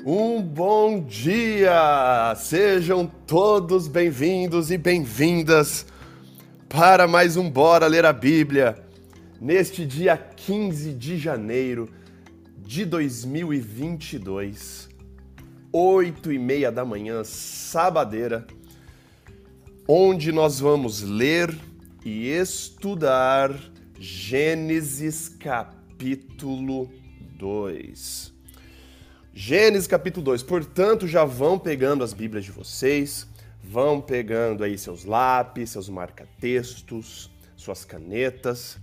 Um bom dia! Sejam todos bem-vindos e bem-vindas para mais um Bora Ler a Bíblia, neste dia 15 de janeiro de 2022, 8h30 da manhã, sabadeira, onde nós vamos ler e estudar Gênesis capítulo 2. Gênesis capítulo 2, portanto, já vão pegando as Bíblias de vocês, vão pegando aí seus lápis, seus marca-textos, suas canetas,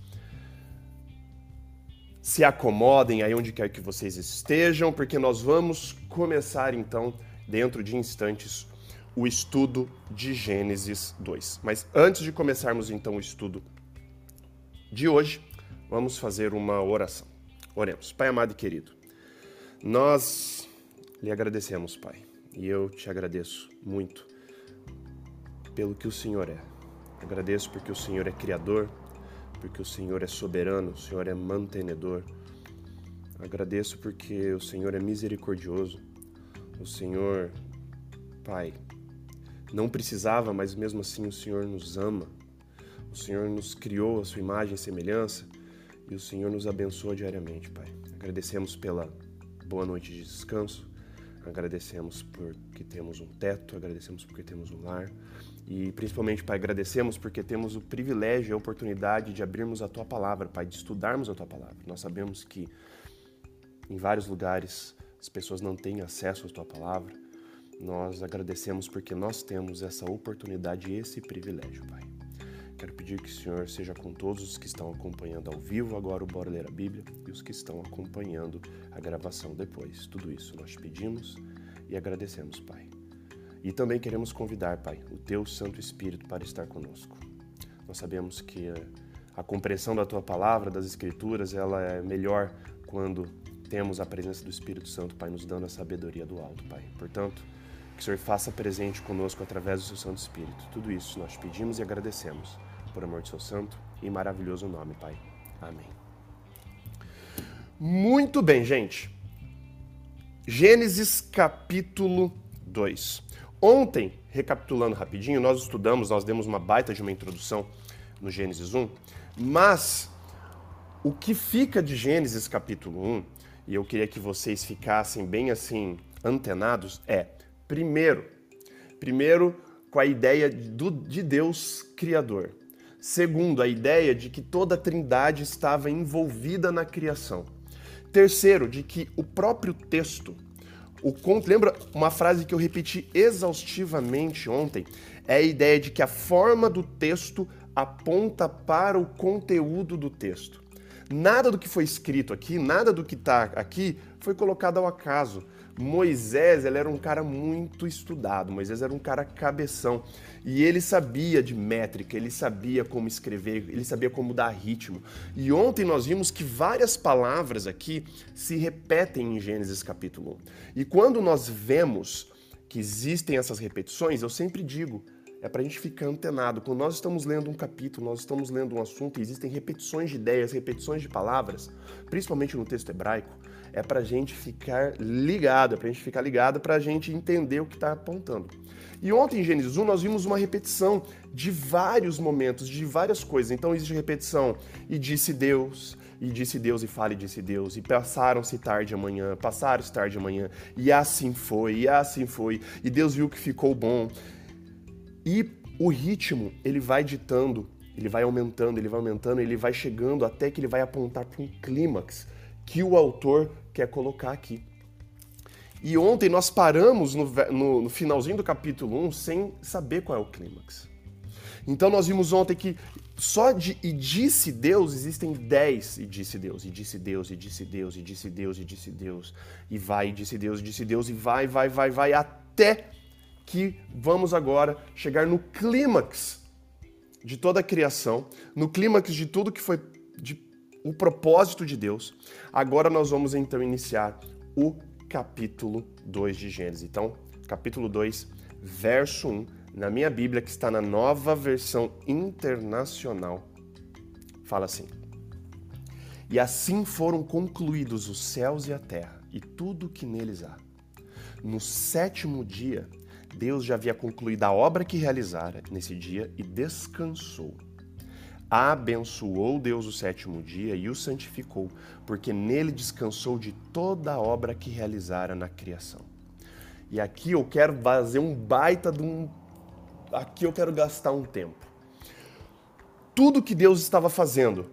se acomodem aí onde quer que vocês estejam, porque nós vamos começar então, dentro de instantes, o estudo de Gênesis 2. Mas antes de começarmos então o estudo de hoje, vamos fazer uma oração. Oremos. Pai amado e querido, nós lhe agradecemos, Pai, e eu te agradeço muito pelo que o Senhor é. Agradeço porque o Senhor é Criador, porque o Senhor é soberano, o Senhor é mantenedor. Agradeço porque o Senhor é misericordioso. O Senhor, Pai, não precisava, mas mesmo assim o Senhor nos ama. O Senhor nos criou a sua imagem e semelhança e o Senhor nos abençoa diariamente, Pai. Agradecemos pela boa noite de descanso, agradecemos porque temos um teto, agradecemos porque temos um lar e principalmente, Pai, agradecemos porque temos o privilégio e a oportunidade de abrirmos a Tua Palavra, Pai, de estudarmos a Tua Palavra. Nós sabemos que em vários lugares as pessoas não têm acesso à Tua Palavra. Nós agradecemos porque nós temos essa oportunidade e esse privilégio, Pai. Quero pedir que o Senhor seja com todos os que estão acompanhando ao vivo agora o Bora Ler a Bíblia e os que estão acompanhando a gravação depois. Tudo isso nós te pedimos e agradecemos, Pai. E também queremos convidar, Pai, o Teu Santo Espírito para estar conosco. Nós sabemos que a compreensão da Tua Palavra, das Escrituras, ela é melhor quando temos a presença do Espírito Santo, Pai, nos dando a sabedoria do alto, Pai. Portanto, que o Senhor faça presente conosco através do Seu Santo Espírito. Tudo isso nós te pedimos e agradecemos. Por amor de seu santo e maravilhoso nome, Pai. Amém. Muito bem, gente. Gênesis capítulo 2. Ontem, recapitulando rapidinho, nós demos uma baita de uma introdução no Gênesis 1, mas o que fica de Gênesis capítulo 1, e eu queria que vocês ficassem bem assim, antenados, primeiro, com a ideia de Deus Criador. Segundo, a ideia de que toda a Trindade estava envolvida na criação. Terceiro, de que o próprio texto, lembra uma frase que eu repeti exaustivamente ontem? É a ideia de que a forma do texto aponta para o conteúdo do texto. Nada do que foi escrito aqui, nada do que está aqui foi colocado ao acaso. Moisés, ele era um cara muito estudado, Moisés era um cara cabeção e ele sabia de métrica, ele sabia como escrever, ele sabia como dar ritmo. E ontem nós vimos que várias palavras aqui se repetem em Gênesis capítulo 1. E quando nós vemos que existem essas repetições, eu sempre digo, é para a gente ficar antenado. Quando nós estamos lendo um capítulo, nós estamos lendo um assunto e existem repetições de ideias, repetições de palavras, principalmente no texto hebraico, é para a gente ficar ligado, para a gente entender o que está apontando. E ontem em Gênesis 1 nós vimos uma repetição de vários momentos, de várias coisas. Então existe repetição, e disse Deus e fala, e disse Deus, e passaram-se tarde amanhã, passaram-se tarde amanhã, e assim foi, e Deus viu que ficou bom. E o ritmo, ele vai ditando, ele vai aumentando, ele vai chegando até que ele vai apontar para um clímax que o autor quer colocar aqui. E ontem nós paramos no finalzinho do capítulo 1 sem saber qual é o clímax. Então nós vimos ontem que só de e disse Deus existem 10 e disse Deus, e disse Deus, e disse Deus, e disse Deus, e disse Deus, e vai, e disse Deus, e vai, até que vamos agora chegar no clímax de toda a criação, no clímax de tudo que foi o propósito de Deus. Agora nós vamos então iniciar o capítulo 2 de Gênesis. Então, capítulo 2, verso 1, na minha Bíblia, que está na Nova Versão Internacional, fala assim: E assim foram concluídos os céus e a terra, e tudo o que neles há. No sétimo dia, Deus já havia concluído a obra que realizara nesse dia e descansou. Abençoou Deus o sétimo dia e o santificou, porque nele descansou de toda a obra que realizara na criação. E aqui eu quero fazer um baita de um... Aqui eu quero gastar um tempo. Tudo que Deus estava fazendo,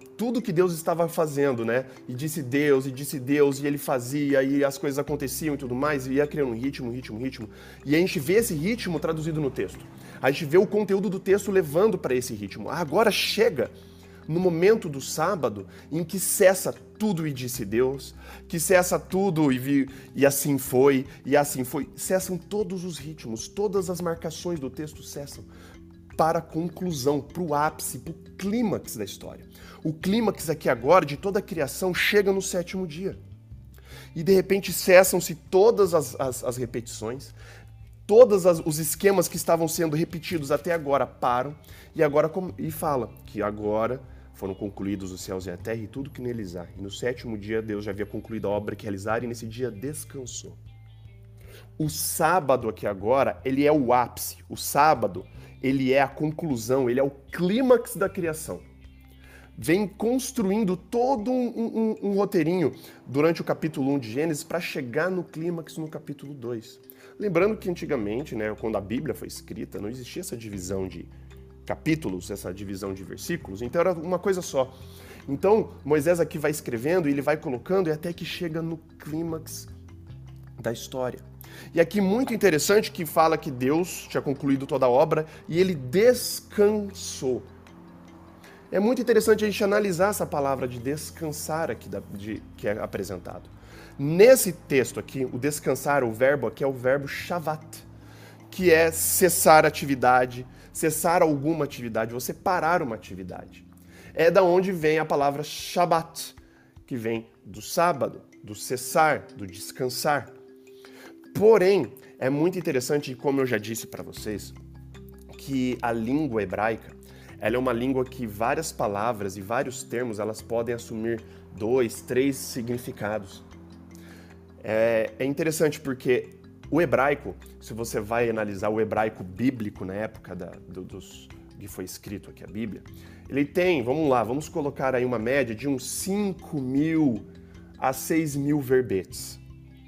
né? E disse Deus, e ele fazia, e as coisas aconteciam e tudo mais, e ia criando um ritmo. E a gente vê esse ritmo traduzido no texto. A gente vê o conteúdo do texto levando para esse ritmo. Agora chega no momento do sábado em que cessa tudo e disse Deus, que cessa tudo e assim foi, Cessam todos os ritmos, todas as marcações do texto cessam para a conclusão, para o ápice, para o clímax da história. O clímax aqui agora de toda a criação chega no sétimo dia. E de repente cessam-se todas as repetições, todos os esquemas que estavam sendo repetidos até agora param, e fala que agora foram concluídos os céus e a terra e tudo que neles há. E no sétimo dia Deus já havia concluído a obra que realizara e nesse dia descansou. O sábado aqui agora, ele é o ápice. O sábado, ele é a conclusão, ele é o clímax da criação. Vem construindo todo um roteirinho durante o capítulo 1 de Gênesis para chegar no clímax no capítulo 2. Lembrando que antigamente, né, quando a Bíblia foi escrita, não existia essa divisão de capítulos, essa divisão de versículos, então era uma coisa só. Então, Moisés aqui vai escrevendo e ele vai colocando e até que chega no clímax da história. E aqui muito interessante que fala que Deus tinha concluído toda a obra e ele descansou. É muito interessante a gente analisar essa palavra de descansar aqui que é apresentado. Nesse texto aqui, o descansar, o verbo aqui é o verbo shavat, que é cessar atividade, cessar alguma atividade, você parar uma atividade. É da onde vem a palavra Shabat, que vem do sábado, do cessar, do descansar. Porém, é muito interessante, como eu já disse para vocês, que a língua hebraica, ela é uma língua que várias palavras e vários termos, elas podem assumir 2, 3 significados. É interessante porque o hebraico, se você vai analisar o hebraico bíblico na época que foi escrito aqui a Bíblia, ele tem, vamos colocar aí uma média de uns 5.000 a 6.000 verbetes.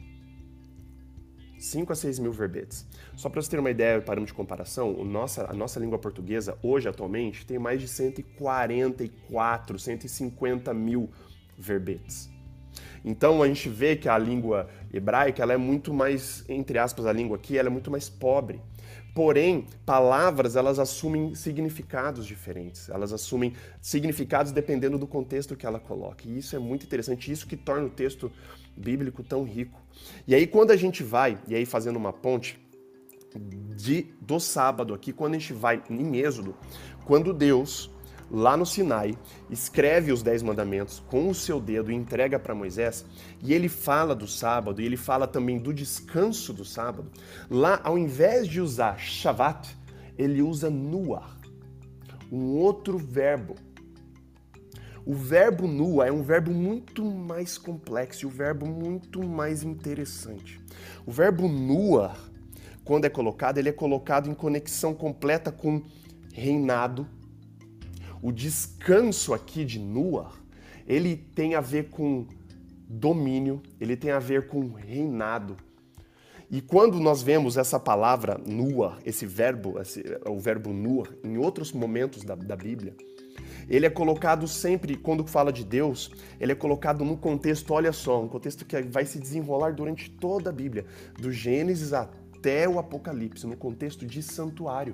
5 a 6.000 verbetes. Só para você ter uma ideia, parâmetro de comparação, a nossa língua portuguesa, hoje, atualmente, tem mais de 144, 150 mil verbetes. Então, a gente vê que a língua hebraica, ela é muito mais, entre aspas, a língua aqui, ela é muito mais pobre. Porém, palavras, elas assumem significados diferentes. Elas assumem significados dependendo do contexto que ela coloca. E isso é muito interessante, isso que torna o texto bíblico tão rico. E aí, quando a gente vai, e aí fazendo uma ponte do sábado aqui, quando a gente vai em Êxodo, quando Deus, lá no Sinai, escreve os 10 mandamentos com o seu dedo e entrega para Moisés, e ele fala do sábado, e ele fala também do descanso do sábado, lá, ao invés de usar shavat, ele usa nuah, um outro verbo. O verbo nuah é um verbo muito mais complexo, e um verbo muito mais interessante. O verbo nuah, quando é colocado, ele é colocado em conexão completa com reinado. O descanso aqui de Nuah, ele tem a ver com domínio, ele tem a ver com reinado. E quando nós vemos essa palavra Nuah, esse verbo, o verbo Nuah, em outros momentos da Bíblia, ele é colocado sempre, quando fala de Deus, ele é colocado num contexto, olha só, um contexto que vai se desenrolar durante toda a Bíblia, do Gênesis até o Apocalipse, no contexto de santuário.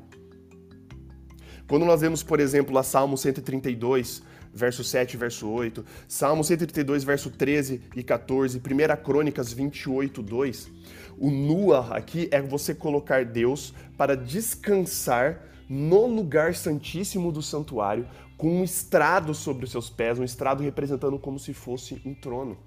Quando nós vemos, por exemplo, lá Salmo 132, verso 7 e verso 8, Salmo 132, verso 13 e 14, 1 Crônicas 28, 2, o Nuah aqui é você colocar Deus para descansar no lugar santíssimo do santuário, com um estrado sobre os seus pés, um estrado representando como se fosse um trono.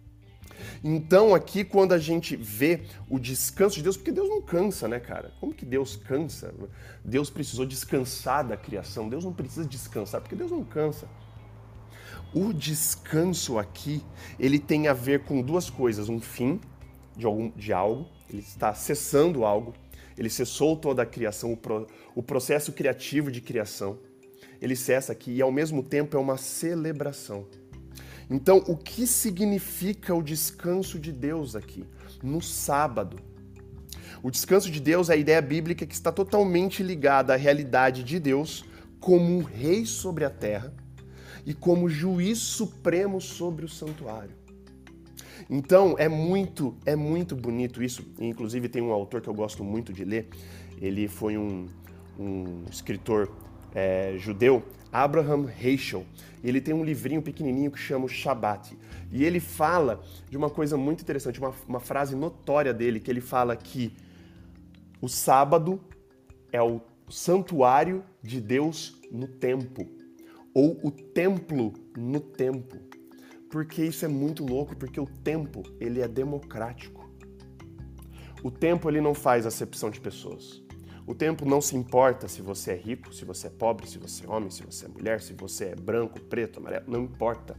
Então aqui quando a gente vê o descanso de Deus, porque Deus não cansa, né, cara? Como que Deus cansa? Deus precisou descansar da criação, Deus não precisa descansar, porque Deus não cansa. O descanso aqui, ele tem a ver com duas coisas, um fim de algo ele está cessando algo, ele cessou toda a criação, o processo criativo de criação. Ele cessa aqui e, ao mesmo tempo, é uma celebração. Então, o que significa o descanso de Deus aqui? No sábado. O descanso de Deus é a ideia bíblica que está totalmente ligada à realidade de Deus como um rei sobre a terra e como juiz supremo sobre o santuário. Então, é muito bonito isso. Inclusive, tem um autor que eu gosto muito de ler. Ele foi um escritor judeu, Abraham Heschel. Ele tem um livrinho pequenininho que chama o Shabat. E ele fala de uma coisa muito interessante, uma frase notória dele, que ele fala que o sábado é o santuário de Deus no tempo, ou o templo no tempo. Porque isso é muito louco, porque o tempo, ele é democrático. O tempo, ele não faz acepção de pessoas. O tempo não se importa se você é rico, se você é pobre, se você é homem, se você é mulher, se você é branco, preto, amarelo, não importa.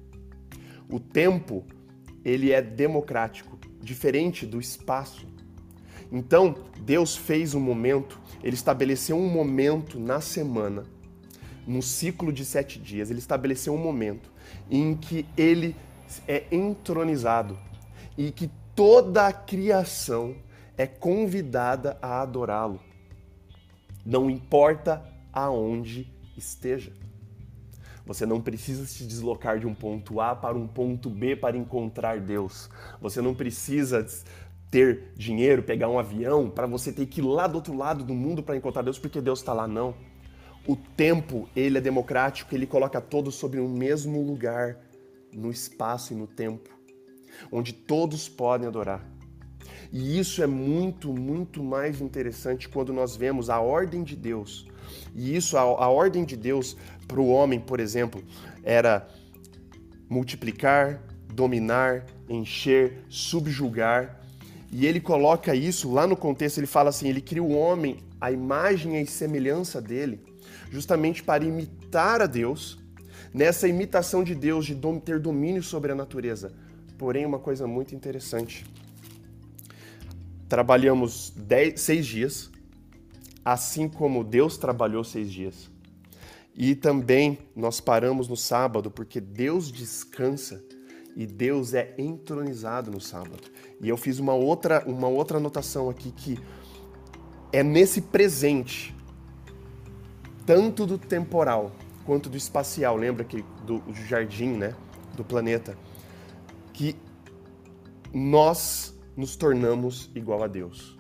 O tempo, ele é democrático, diferente do espaço. Então, Deus fez um momento, ele estabeleceu um momento na semana, no ciclo de 7 dias, ele estabeleceu um momento em que ele é entronizado e que toda a criação é convidada a adorá-lo. Não importa aonde esteja. Você não precisa se deslocar de um ponto A para um ponto B para encontrar Deus. Você não precisa ter dinheiro, pegar um avião, para você ter que ir lá do outro lado do mundo para encontrar Deus, porque Deus está lá, não. O tempo, ele é democrático, ele coloca todos sobre um mesmo lugar, no espaço e no tempo, onde todos podem adorar. E isso é muito mais interessante quando nós vemos a ordem de Deus. E isso, a ordem de Deus para o homem, por exemplo, era multiplicar, dominar, encher, subjugar. E ele coloca isso lá no contexto, ele fala assim, ele cria o homem, a imagem e semelhança dele, justamente para imitar a Deus, nessa imitação de Deus, de ter domínio sobre a natureza. Porém, uma coisa muito interessante. Trabalhamos 6 dias, assim como Deus trabalhou 6 dias. E também nós paramos no sábado, porque Deus descansa e Deus é entronizado no sábado. E eu fiz uma outra anotação aqui, que é nesse presente, tanto do temporal quanto do espacial, lembra que do jardim, né, do planeta, que nós nos tornamos igual a Deus.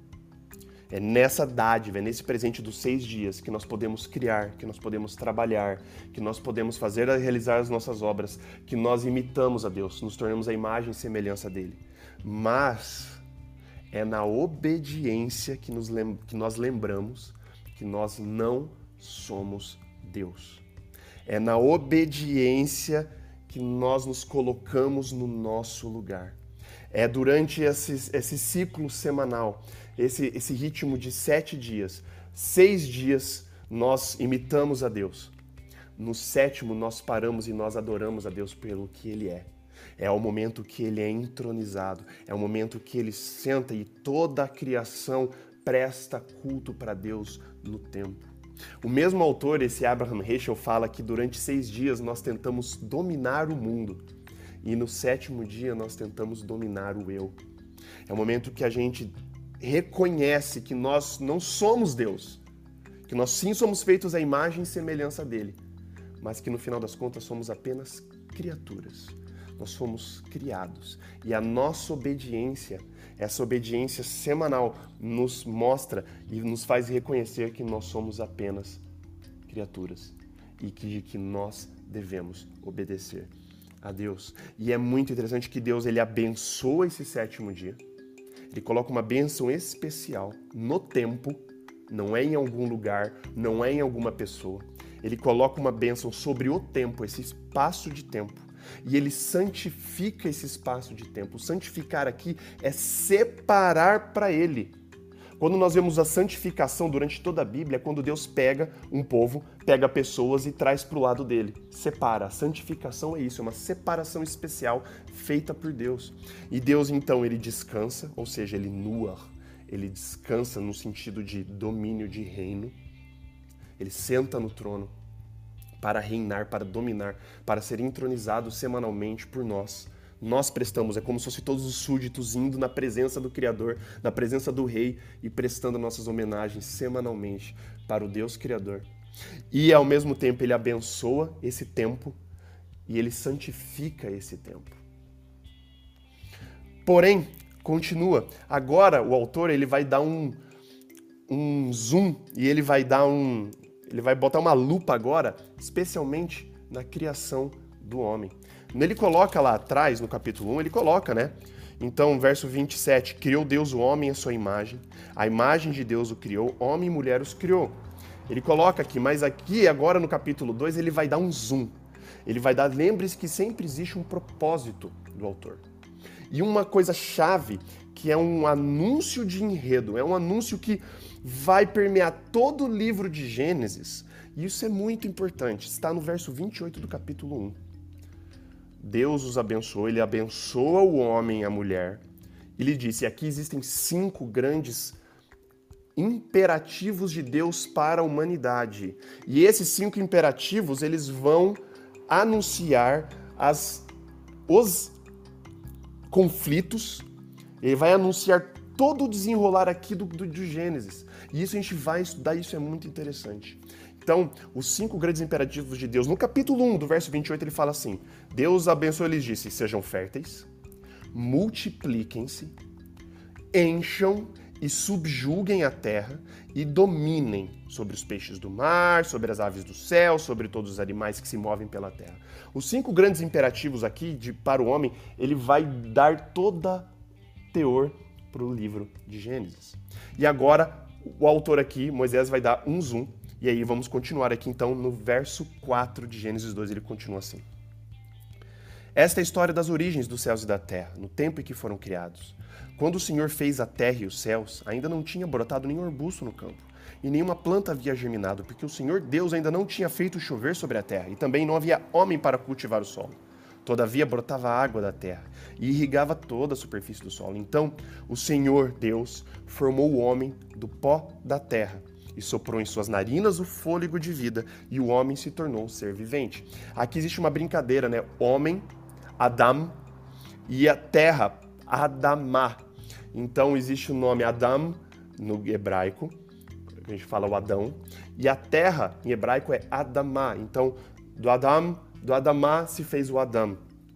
É nessa dádiva, é nesse presente dos 6 dias que nós podemos criar, que nós podemos trabalhar, que nós podemos realizar as nossas obras, que nós imitamos a Deus, nos tornamos a imagem e semelhança dele. Mas é na obediência que nós lembramos que nós não somos Deus. É na obediência que nós nos colocamos no nosso lugar. É durante esse ciclo semanal, esse ritmo de 7 dias, 6 dias nós imitamos a Deus. No 7º nós paramos e nós adoramos a Deus pelo que Ele é. É o momento que Ele é entronizado, é o momento que Ele senta e toda a criação presta culto para Deus no tempo. O mesmo autor, esse Abraham Heschel, fala que durante 6 dias nós tentamos dominar o mundo. E no 7º dia nós tentamos dominar o eu. É o momento que a gente reconhece que nós não somos Deus, que nós sim somos feitos à imagem e semelhança dele, mas que no final das contas somos apenas criaturas. Nós fomos criados. E a nossa obediência, essa obediência semanal, nos mostra e nos faz reconhecer que nós somos apenas criaturas e que nós devemos obedecer a Deus. E é muito interessante que Deus, ele abençoa esse 7º dia. Ele coloca uma bênção especial no tempo, não é em algum lugar, não é em alguma pessoa. Ele coloca uma bênção sobre o tempo, esse espaço de tempo. E ele santifica esse espaço de tempo. O santificar aqui é separar para ele. Quando nós vemos a santificação durante toda a Bíblia, é quando Deus pega um povo, pega pessoas e traz para o lado dele. Separa. A santificação é isso, é uma separação especial feita por Deus. E Deus, então, ele descansa, ou seja, ele nua, ele descansa no sentido de domínio de reino. Ele senta no trono para reinar, para dominar, para ser entronizado semanalmente por nós. Nós prestamos, é como se fosse todos os súditos indo na presença do Criador, na presença do Rei e prestando nossas homenagens semanalmente para o Deus Criador. E ao mesmo tempo ele abençoa esse tempo e ele santifica esse tempo. Porém, continua, agora o autor ele vai dar um zoom e ele vai botar uma lupa agora, especialmente na criação do homem. Ele coloca lá atrás, no capítulo 1, ele coloca, né? Então, verso 27, criou Deus o homem à sua imagem, a imagem de Deus o criou, homem e mulher os criou. Ele coloca aqui, mas aqui, agora no capítulo 2, ele vai dar um zoom. Ele vai dar, lembre-se que sempre existe um propósito do autor. E uma coisa chave, que é um anúncio de enredo, é um anúncio que vai permear todo o livro de Gênesis, e isso é muito importante, está no verso 28 do capítulo 1. Deus os abençoou, ele abençoa o homem e a mulher. Ele disse, aqui existem 5 grandes imperativos de Deus para a humanidade. E esses 5 imperativos, eles vão anunciar os conflitos, ele vai anunciar todo o desenrolar aqui do Gênesis. E isso a gente vai estudar, isso é muito interessante. Então, os 5 grandes imperativos de Deus. No capítulo 1, do verso 28, ele fala assim, Deus abençoou, ele disse, sejam férteis, multipliquem-se, encham e subjuguem a terra e dominem sobre os peixes do mar, sobre as aves do céu, sobre todos os animais que se movem pela terra. Os 5 grandes imperativos aqui para o homem, ele vai dar toda teor para o livro de Gênesis. E agora, o autor aqui, Moisés, vai dar um zoom. E aí vamos continuar aqui então no verso 4 de Gênesis 2, ele continua assim. Esta é a história das origens dos céus e da terra, no tempo em que foram criados. Quando o Senhor fez a terra e os céus, ainda não tinha brotado nenhum arbusto no campo, e nenhuma planta havia germinado, porque o Senhor Deus ainda não tinha feito chover sobre a terra, e também não havia homem para cultivar o solo. Todavia brotava água da terra, e irrigava toda a superfície do solo. Então o Senhor Deus formou o homem do pó da terra, e soprou em suas narinas o fôlego de vida, e o homem se tornou um ser vivente. Aqui existe uma brincadeira, né? Homem, Adam, e a terra, Adamá. Então existe o nome Adam no hebraico, a gente fala o Adão, e a terra em hebraico é Adamá. Então do Adamá se fez o Adam.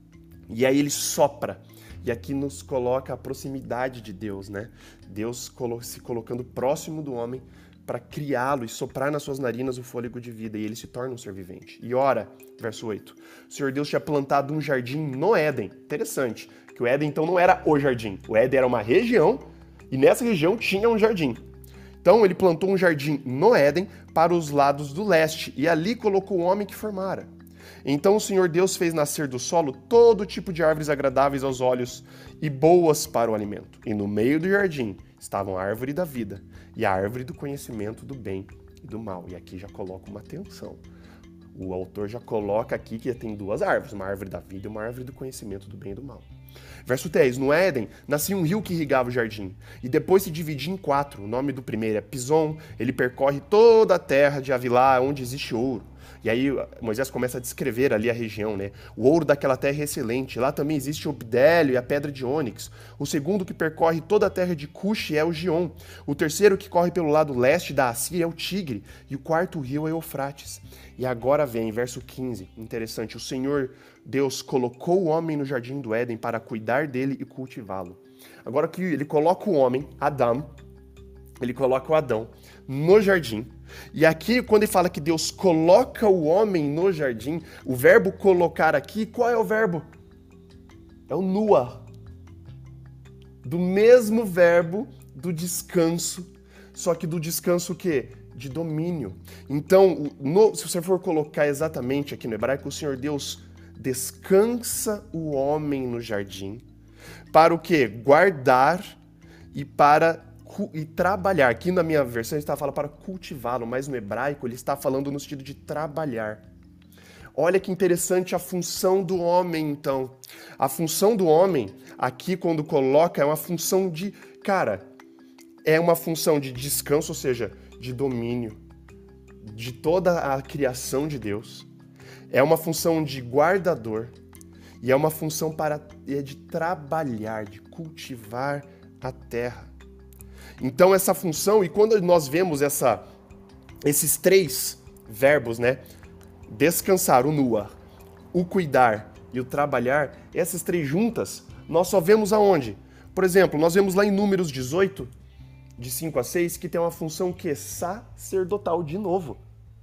E aí ele sopra. E aqui nos coloca a proximidade de Deus, né? Deus se colocando próximo do homem para criá-lo e soprar nas suas narinas o fôlego de vida, e ele se torna um ser vivente. E ora, verso 8, o Senhor Deus tinha plantado um jardim no Éden. Interessante, que o Éden então não era o jardim. O Éden era uma região, e nessa região tinha um jardim. Então ele plantou um jardim no Éden para os lados do leste, e ali colocou o homem que formara. Então o Senhor Deus fez nascer do solo todo tipo de árvores agradáveis aos olhos e boas para o alimento. E no meio do jardim estavam a árvore da vida e a árvore do conhecimento do bem e do mal. E aqui já coloca uma atenção. O autor já coloca aqui que tem 2 árvores, uma árvore da vida e uma árvore do conhecimento do bem e do mal. Verso 10, no Éden nascia um rio que irrigava o jardim, e depois se dividia em 4. O nome do primeiro é Pison, ele percorre toda a terra de Havilá, onde existe ouro. E aí Moisés começa a descrever ali a região, né? O ouro daquela terra é excelente. Lá também existe o bdélio e a pedra de ônix. O segundo que percorre toda a terra de Cuxi é o Gion. O terceiro que corre pelo lado leste da Assíria é o Tigre. E o quarto rio é o Eufrates. E agora vem, verso 15, interessante. O Senhor Deus colocou o homem no jardim do Éden para cuidar dele e cultivá-lo. Agora que ele coloca o homem, Adão, ele coloca o Adão no jardim. E aqui, quando ele fala que Deus coloca o homem no jardim, o verbo colocar aqui, qual é o verbo? É o nua. Do mesmo verbo do descanso, só que do descanso o quê? De domínio. Então, se você for colocar exatamente aqui no hebraico, o Senhor Deus descansa o homem no jardim para o quê? Guardar e para e trabalhar. Aqui na minha versão ele está falando para cultivá-lo, mas no hebraico ele está falando no sentido de trabalhar. Olha que interessante a função do homem, então. A função do homem, aqui quando coloca, é uma função de... Cara, é uma função de descanso, ou seja, de domínio de toda a criação de Deus. É uma função de guardador. E é uma função de trabalhar, de cultivar a terra. Então essa função, e quando nós vemos esses três verbos, né? Descansar, o nuar, o cuidar e o trabalhar, essas três juntas, nós só vemos aonde? Por exemplo, nós vemos lá em Números 18, de 5 a 6, que tem uma função que é sacerdotal de novo.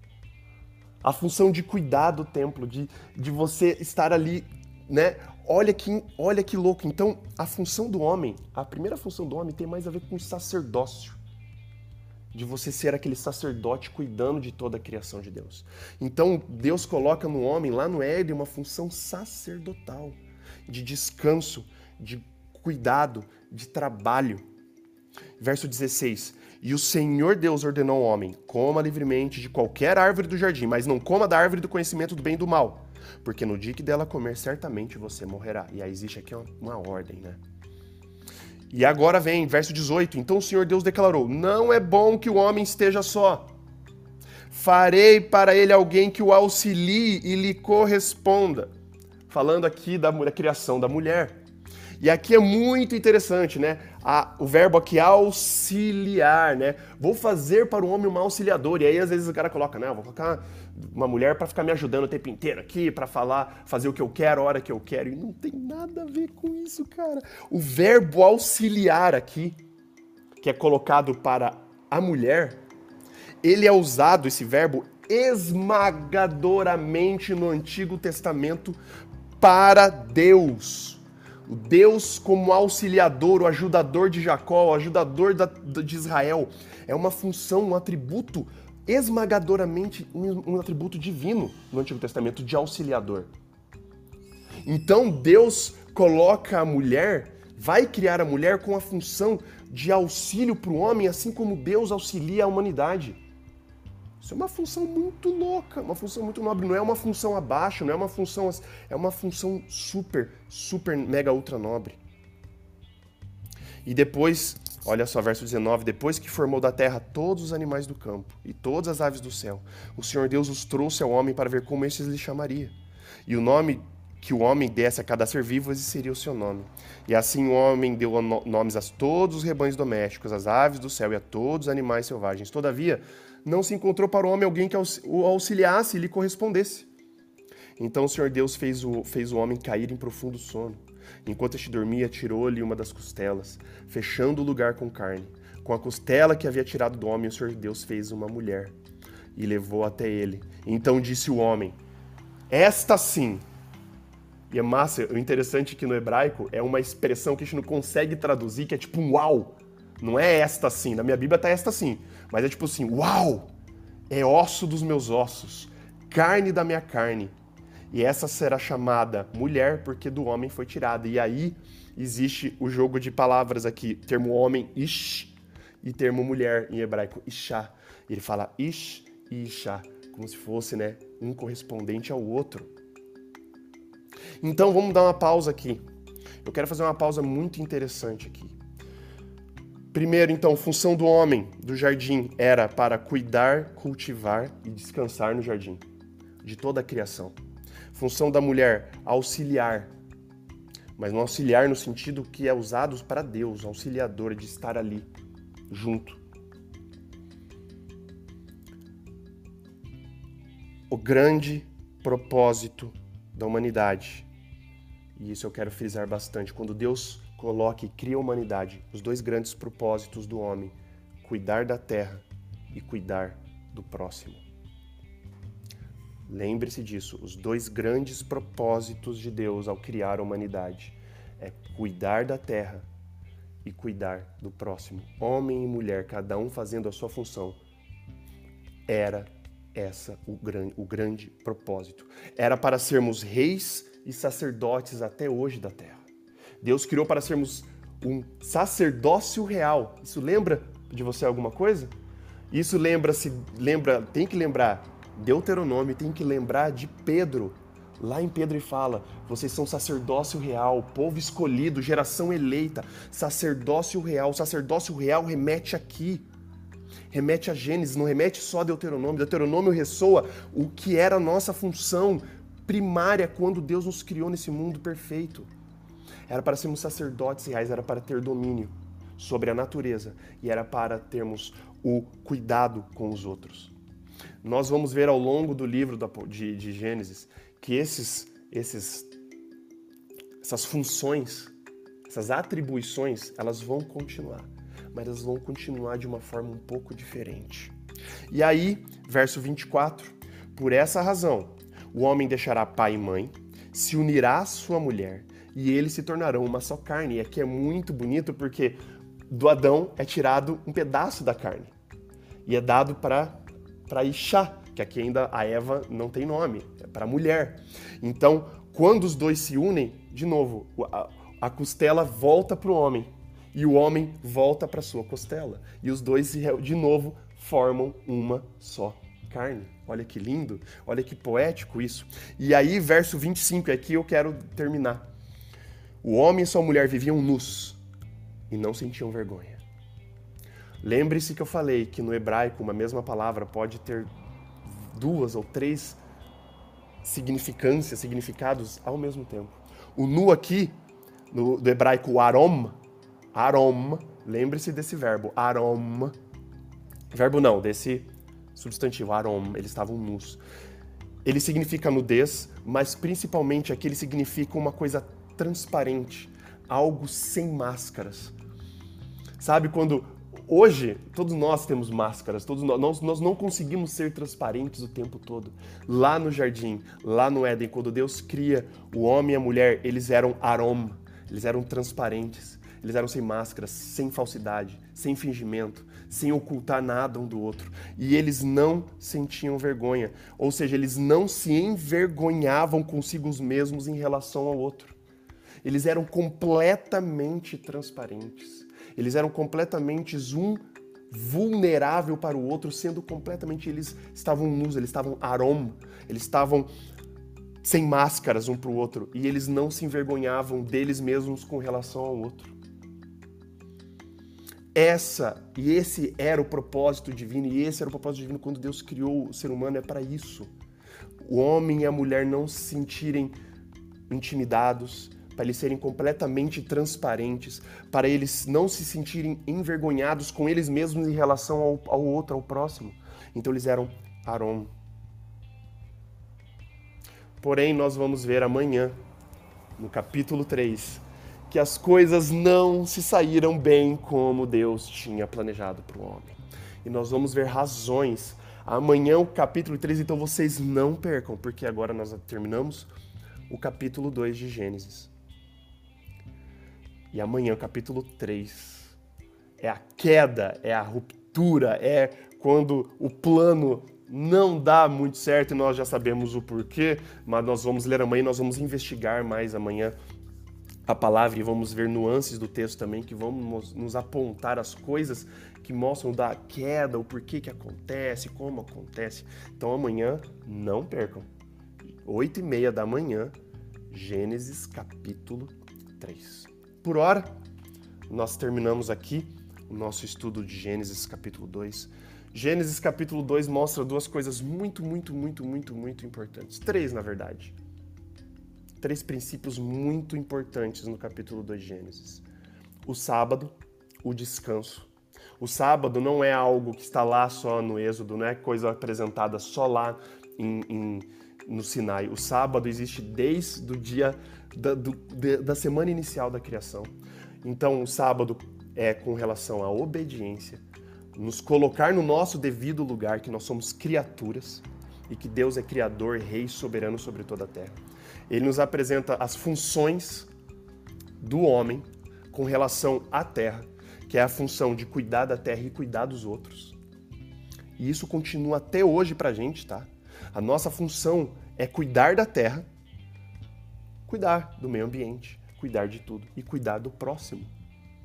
A função de cuidar do templo, de você estar ali, né? Olha que louco. Então, a função do homem, a primeira função do homem tem mais a ver com o sacerdócio. De você ser aquele sacerdote cuidando de toda a criação de Deus. Então, Deus coloca no homem, lá no Éden, uma função sacerdotal, de descanso, de cuidado, de trabalho. Verso 16. E o Senhor Deus ordenou ao homem, coma livremente de qualquer árvore do jardim, mas não coma da árvore do conhecimento do bem e do mal, porque no dia que dela comer, certamente você morrerá. E aí existe aqui uma ordem, né? E agora vem, verso 18. Então o Senhor Deus declarou, não é bom que o homem esteja só. Farei para ele alguém que o auxilie e lhe corresponda. Falando aqui da criação da mulher. E aqui é muito interessante, né? O verbo aqui auxiliar, né? Vou fazer para o homem uma auxiliadora. E aí, às vezes, o cara coloca, né? Vou colocar uma mulher para ficar me ajudando o tempo inteiro aqui, para falar, fazer o que eu quero, a hora que eu quero. E não tem nada a ver com isso, cara. O verbo auxiliar aqui, que é colocado para a mulher, ele é usado, esse verbo, esmagadoramente no Antigo Testamento para Deus. O Deus como auxiliador, o ajudador de Jacó, o ajudador de Israel. É uma função, um atributo esmagadoramente, um atributo divino no Antigo Testamento, de auxiliador. Então Deus coloca a mulher, vai criar a mulher com a função de auxílio para o homem, assim como Deus auxilia a humanidade. Isso é uma função muito louca, uma função muito nobre. Não é uma função abaixo, não é uma função... É uma função super, super, mega, ultra nobre. E depois, olha só, verso 19. Depois que formou da terra todos os animais do campo e todas as aves do céu, o Senhor Deus os trouxe ao homem para ver como estes lhe chamaria. E o nome que o homem desse a cada ser vivo, esse seria o seu nome. E assim o homem deu nomes a todos os rebanhos domésticos, às aves do céu e a todos os animais selvagens. Todavia, não se encontrou para o homem alguém que o auxiliasse e lhe correspondesse. Então o Senhor Deus fez o homem cair em profundo sono. Enquanto este dormia, tirou-lhe uma das costelas, fechando o lugar com carne. Com a costela que havia tirado do homem, o Senhor Deus fez uma mulher e levou até ele. Então disse o homem, esta sim. E é massa, o interessante é que no hebraico é uma expressão que a gente não consegue traduzir, que é tipo um uau. Não é esta sim, na minha Bíblia tá esta sim. Mas é tipo assim, uau! É osso dos meus ossos, carne da minha carne. E essa será chamada mulher, porque do homem foi tirada. E aí existe o jogo de palavras aqui, termo homem, ish, e termo mulher em hebraico, ishá. Ele fala ish e ishá, como se fosse, né, um correspondente ao outro. Então vamos dar uma pausa aqui. Eu quero fazer uma pausa muito interessante aqui. Primeiro, então, função do homem do jardim era para cuidar, cultivar e descansar no jardim, de toda a criação. Função da mulher, auxiliar, mas não auxiliar no sentido que é usado para Deus, auxiliadora, de estar ali, junto. O grande propósito da humanidade, e isso eu quero frisar bastante, quando Deus coloca e cria a humanidade, os dois grandes propósitos do homem, cuidar da terra e cuidar do próximo. Lembre-se disso, os dois grandes propósitos de Deus ao criar a humanidade é cuidar da terra e cuidar do próximo. Homem e mulher, cada um fazendo a sua função. Era o grande propósito. Era para sermos reis e sacerdotes até hoje da terra. Deus criou para sermos um sacerdócio real. Isso lembra de você alguma coisa? Isso tem que lembrar Deuteronômio, tem que lembrar de Pedro. Lá em Pedro ele fala, vocês são sacerdócio real, povo escolhido, geração eleita, sacerdócio real. O sacerdócio real remete aqui, remete a Gênesis, não remete só a Deuteronômio. Deuteronômio ressoa o que era a nossa função primária quando Deus nos criou nesse mundo perfeito. Era para sermos sacerdotes reais, era para ter domínio sobre a natureza e era para termos o cuidado com os outros. Nós vamos ver ao longo do livro de Gênesis que essas funções, essas atribuições, elas vão continuar, mas elas vão continuar de uma forma um pouco diferente. E aí, verso 24, por essa razão, o homem deixará pai e mãe, se unirá à sua mulher, e eles se tornarão uma só carne. E aqui é muito bonito porque do Adão é tirado um pedaço da carne e é dado para Ixá, que aqui ainda a Eva não tem nome, é para a mulher. Então, quando os dois se unem, de novo, a costela volta para o homem e o homem volta para sua costela. E os dois, de novo, formam uma só carne. Olha que lindo, olha que poético isso. E aí, verso 25, aqui eu quero terminar. O homem e sua mulher viviam nus e não sentiam vergonha. Lembre-se que eu falei que no hebraico uma mesma palavra pode ter 2 ou 3 significados ao mesmo tempo. O nu aqui, do hebraico arom, lembre-se desse verbo, arom. Verbo não, desse substantivo, arom, eles estavam nus. Ele significa nudez, mas principalmente aqui ele significa uma coisa transparente, algo sem máscaras. Sabe quando hoje todos nós temos máscaras, nós não conseguimos ser transparentes o tempo todo. Lá no jardim, lá no Éden, quando Deus cria o homem e a mulher, eles eram arom, eles eram transparentes, eles eram sem máscaras, sem falsidade, sem fingimento, sem ocultar nada um do outro. E eles não sentiam vergonha, ou seja, eles não se envergonhavam consigo mesmos em relação ao outro. Eles eram completamente transparentes. Eles eram completamente um vulnerável para o outro, sendo completamente, eles estavam nus, eles estavam arom, eles estavam sem máscaras um para o outro, e eles não se envergonhavam deles mesmos com relação ao outro. Esse era o propósito divino, e esse era o propósito divino quando Deus criou o ser humano, é para isso. O homem e a mulher não se sentirem intimidados, para eles serem completamente transparentes, para eles não se sentirem envergonhados com eles mesmos em relação ao outro, ao próximo. Então eles eram arom. Porém, nós vamos ver amanhã, no capítulo 3, que as coisas não se saíram bem como Deus tinha planejado para o homem. E nós vamos ver razões. Amanhã o capítulo 3, então vocês não percam, porque agora nós terminamos o capítulo 2 de Gênesis. E amanhã, o capítulo 3, é a queda, é a ruptura, é quando o plano não dá muito certo e nós já sabemos o porquê, mas nós vamos ler amanhã, nós vamos investigar mais amanhã a palavra e vamos ver nuances do texto também que vão nos apontar as coisas que mostram da queda, o porquê que acontece, como acontece. Então amanhã, não percam, 8h30 da manhã, Gênesis capítulo 3. Por hora, nós terminamos aqui o nosso estudo de Gênesis capítulo 2. Gênesis capítulo 2 mostra 2 coisas muito importantes. 3, na verdade. 3 princípios muito importantes no capítulo 2 de Gênesis. O sábado, o descanso. O sábado não é algo que está lá só no Êxodo, não é coisa apresentada só lá no Sinai. O sábado existe desde o dia da semana inicial da criação. Então, o sábado é com relação à obediência, nos colocar no nosso devido lugar, que nós somos criaturas e que Deus é criador, rei, soberano sobre toda a terra. Ele nos apresenta as funções do homem com relação à terra, que é a função de cuidar da terra e cuidar dos outros. E isso continua até hoje pra gente, tá? A nossa função é cuidar da terra, cuidar do meio ambiente, cuidar de tudo e cuidar do próximo.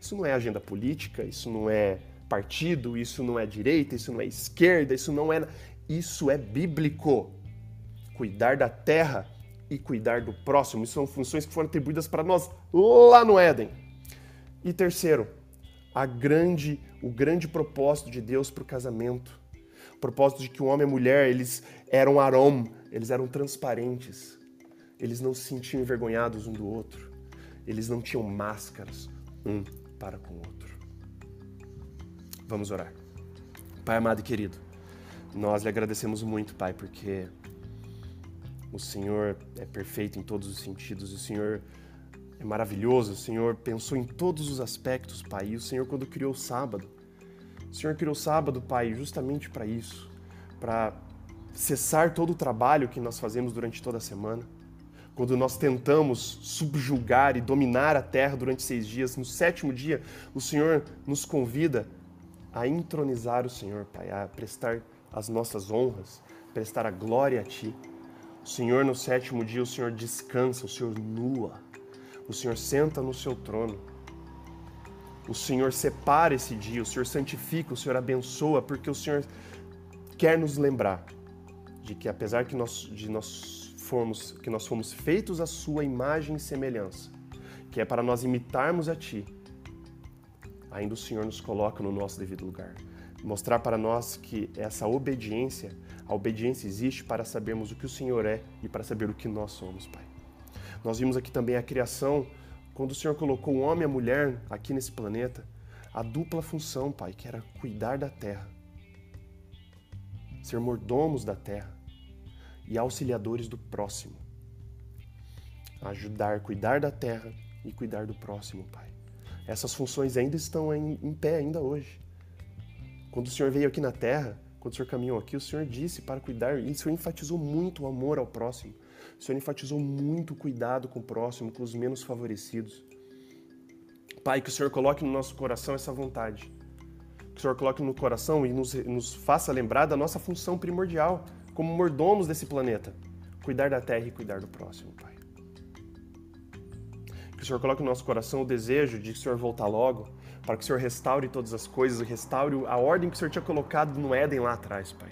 Isso não é agenda política, isso não é partido, isso não é direita, isso não é esquerda, isso é bíblico. Cuidar da terra e cuidar do próximo, isso são funções que foram atribuídas para nós lá no Éden. E terceiro, o grande propósito de Deus para o casamento. O propósito de que o homem e a mulher, eles eram arom, eles eram transparentes. Eles não se sentiam envergonhados um do outro. Eles não tinham máscaras um para com o outro. Vamos orar. Pai amado e querido, nós lhe agradecemos muito, Pai, porque o Senhor é perfeito em todos os sentidos, o Senhor é maravilhoso, o Senhor pensou em todos os aspectos, Pai, e o Senhor quando criou o sábado, Pai, justamente para isso, para cessar todo o trabalho que nós fazemos durante toda a semana. Quando nós tentamos subjugar e dominar a terra durante 6 dias, no 7º dia, o Senhor nos convida a entronizar o Senhor, Pai, a prestar as nossas honras, prestar a glória a Ti. O Senhor, no 7º dia, o Senhor descansa, o Senhor nua, o Senhor senta no seu trono. O Senhor separa esse dia, o Senhor santifica, o Senhor abençoa, porque o Senhor quer nos lembrar de que apesar que nós fomos feitos à sua imagem e semelhança, que é para nós imitarmos a Ti, ainda o Senhor nos coloca no nosso devido lugar. Mostrar para nós que essa obediência, a obediência existe para sabermos o que o Senhor é e para saber o que nós somos, Pai. Nós vimos aqui também a criação, quando o Senhor colocou o homem e a mulher aqui nesse planeta, a dupla função, Pai, que era cuidar da terra, ser mordomos da terra e auxiliadores do próximo. Ajudar, cuidar da terra e cuidar do próximo, Pai. Essas funções ainda estão em pé, ainda hoje. Quando o Senhor veio aqui na terra, quando o Senhor caminhou aqui, o Senhor disse para cuidar, e o Senhor enfatizou muito o amor ao próximo. O Senhor enfatizou muito o cuidado com o próximo, com os menos favorecidos. Pai, que o Senhor coloque no nosso coração essa vontade. Que o Senhor coloque no coração e nos faça lembrar da nossa função primordial, como mordomos desse planeta. Cuidar da terra e cuidar do próximo, Pai. Que o Senhor coloque no nosso coração o desejo de que o Senhor voltar logo, para que o Senhor restaure todas as coisas, restaure a ordem que o Senhor tinha colocado no Éden lá atrás, Pai.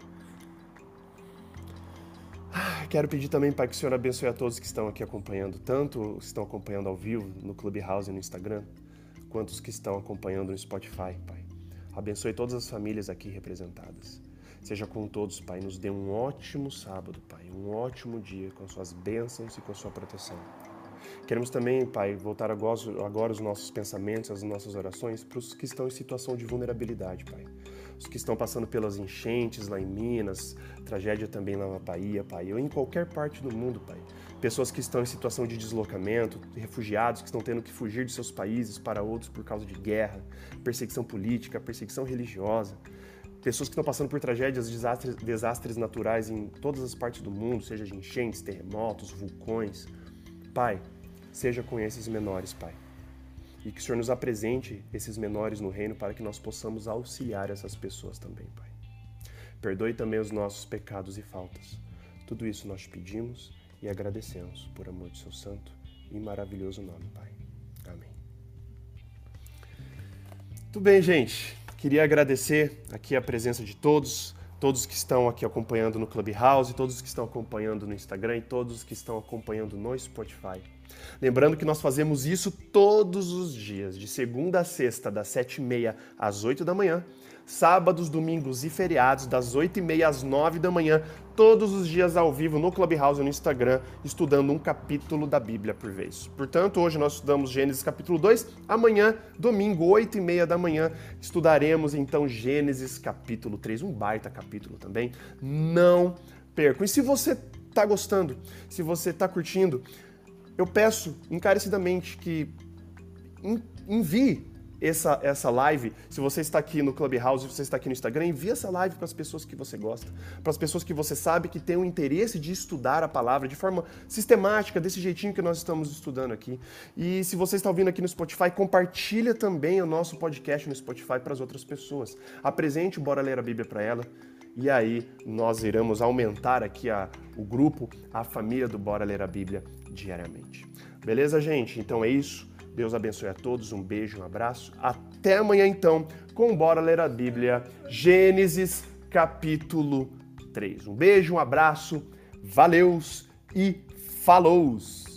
Quero pedir também, Pai, que o Senhor abençoe a todos que estão aqui acompanhando, tanto os que estão acompanhando ao vivo no Clubhouse e no Instagram, quanto os que estão acompanhando no Spotify, Pai. Abençoe todas as famílias aqui representadas. Seja com todos, Pai. Nos dê um ótimo sábado, Pai. Um ótimo dia com as suas bênçãos e com a sua proteção. Queremos também, Pai, voltar agora os nossos pensamentos, as nossas orações para os que estão em situação de vulnerabilidade, Pai. Os que estão passando pelas enchentes lá em Minas, tragédia também lá na Bahia, Pai, ou em qualquer parte do mundo, Pai. Pessoas que estão em situação de deslocamento, refugiados que estão tendo que fugir de seus países para outros por causa de guerra, perseguição política, perseguição religiosa. Pessoas que estão passando por tragédias, desastres naturais em todas as partes do mundo, seja de enchentes, terremotos, vulcões. Pai, seja com esses menores, Pai. E que o Senhor nos apresente esses menores no reino para que nós possamos auxiliar essas pessoas também, Pai. Perdoe também os nossos pecados e faltas. Tudo isso nós te pedimos e agradecemos por amor de seu santo e maravilhoso nome, Pai. Amém. Tudo bem, gente. Queria agradecer aqui a presença de todos que estão aqui acompanhando no Clubhouse, todos que estão acompanhando no Instagram e todos que estão acompanhando no Spotify. Lembrando que nós fazemos isso todos os dias, de segunda a sexta, das 7h30 às 8 da manhã, sábados, domingos e feriados, das 8h30 às 9 da manhã, todos os dias ao vivo no Clubhouse e no Instagram, estudando um capítulo da Bíblia por vez. Portanto, hoje nós estudamos Gênesis capítulo 2, amanhã, domingo, 8h30 da manhã, estudaremos então Gênesis capítulo 3, um baita capítulo também. Não percam. E se você está gostando, se você está curtindo, eu peço encarecidamente que envie essa live. Se você está aqui no Clubhouse, se você está aqui no Instagram, envie essa live para as pessoas que você gosta, para as pessoas que você sabe que têm o interesse de estudar a palavra de forma sistemática, desse jeitinho que nós estamos estudando aqui. E se você está ouvindo aqui no Spotify, compartilha também o nosso podcast no Spotify para as outras pessoas. Apresente o Bora Ler a Bíblia para ela. E aí nós iremos aumentar aqui o grupo, a família do Bora Ler a Bíblia diariamente. Beleza, gente? Então é isso. Deus abençoe a todos, um beijo, um abraço. Até amanhã então, com Bora Ler a Bíblia, Gênesis capítulo 3. Um beijo, um abraço, valeus e falows!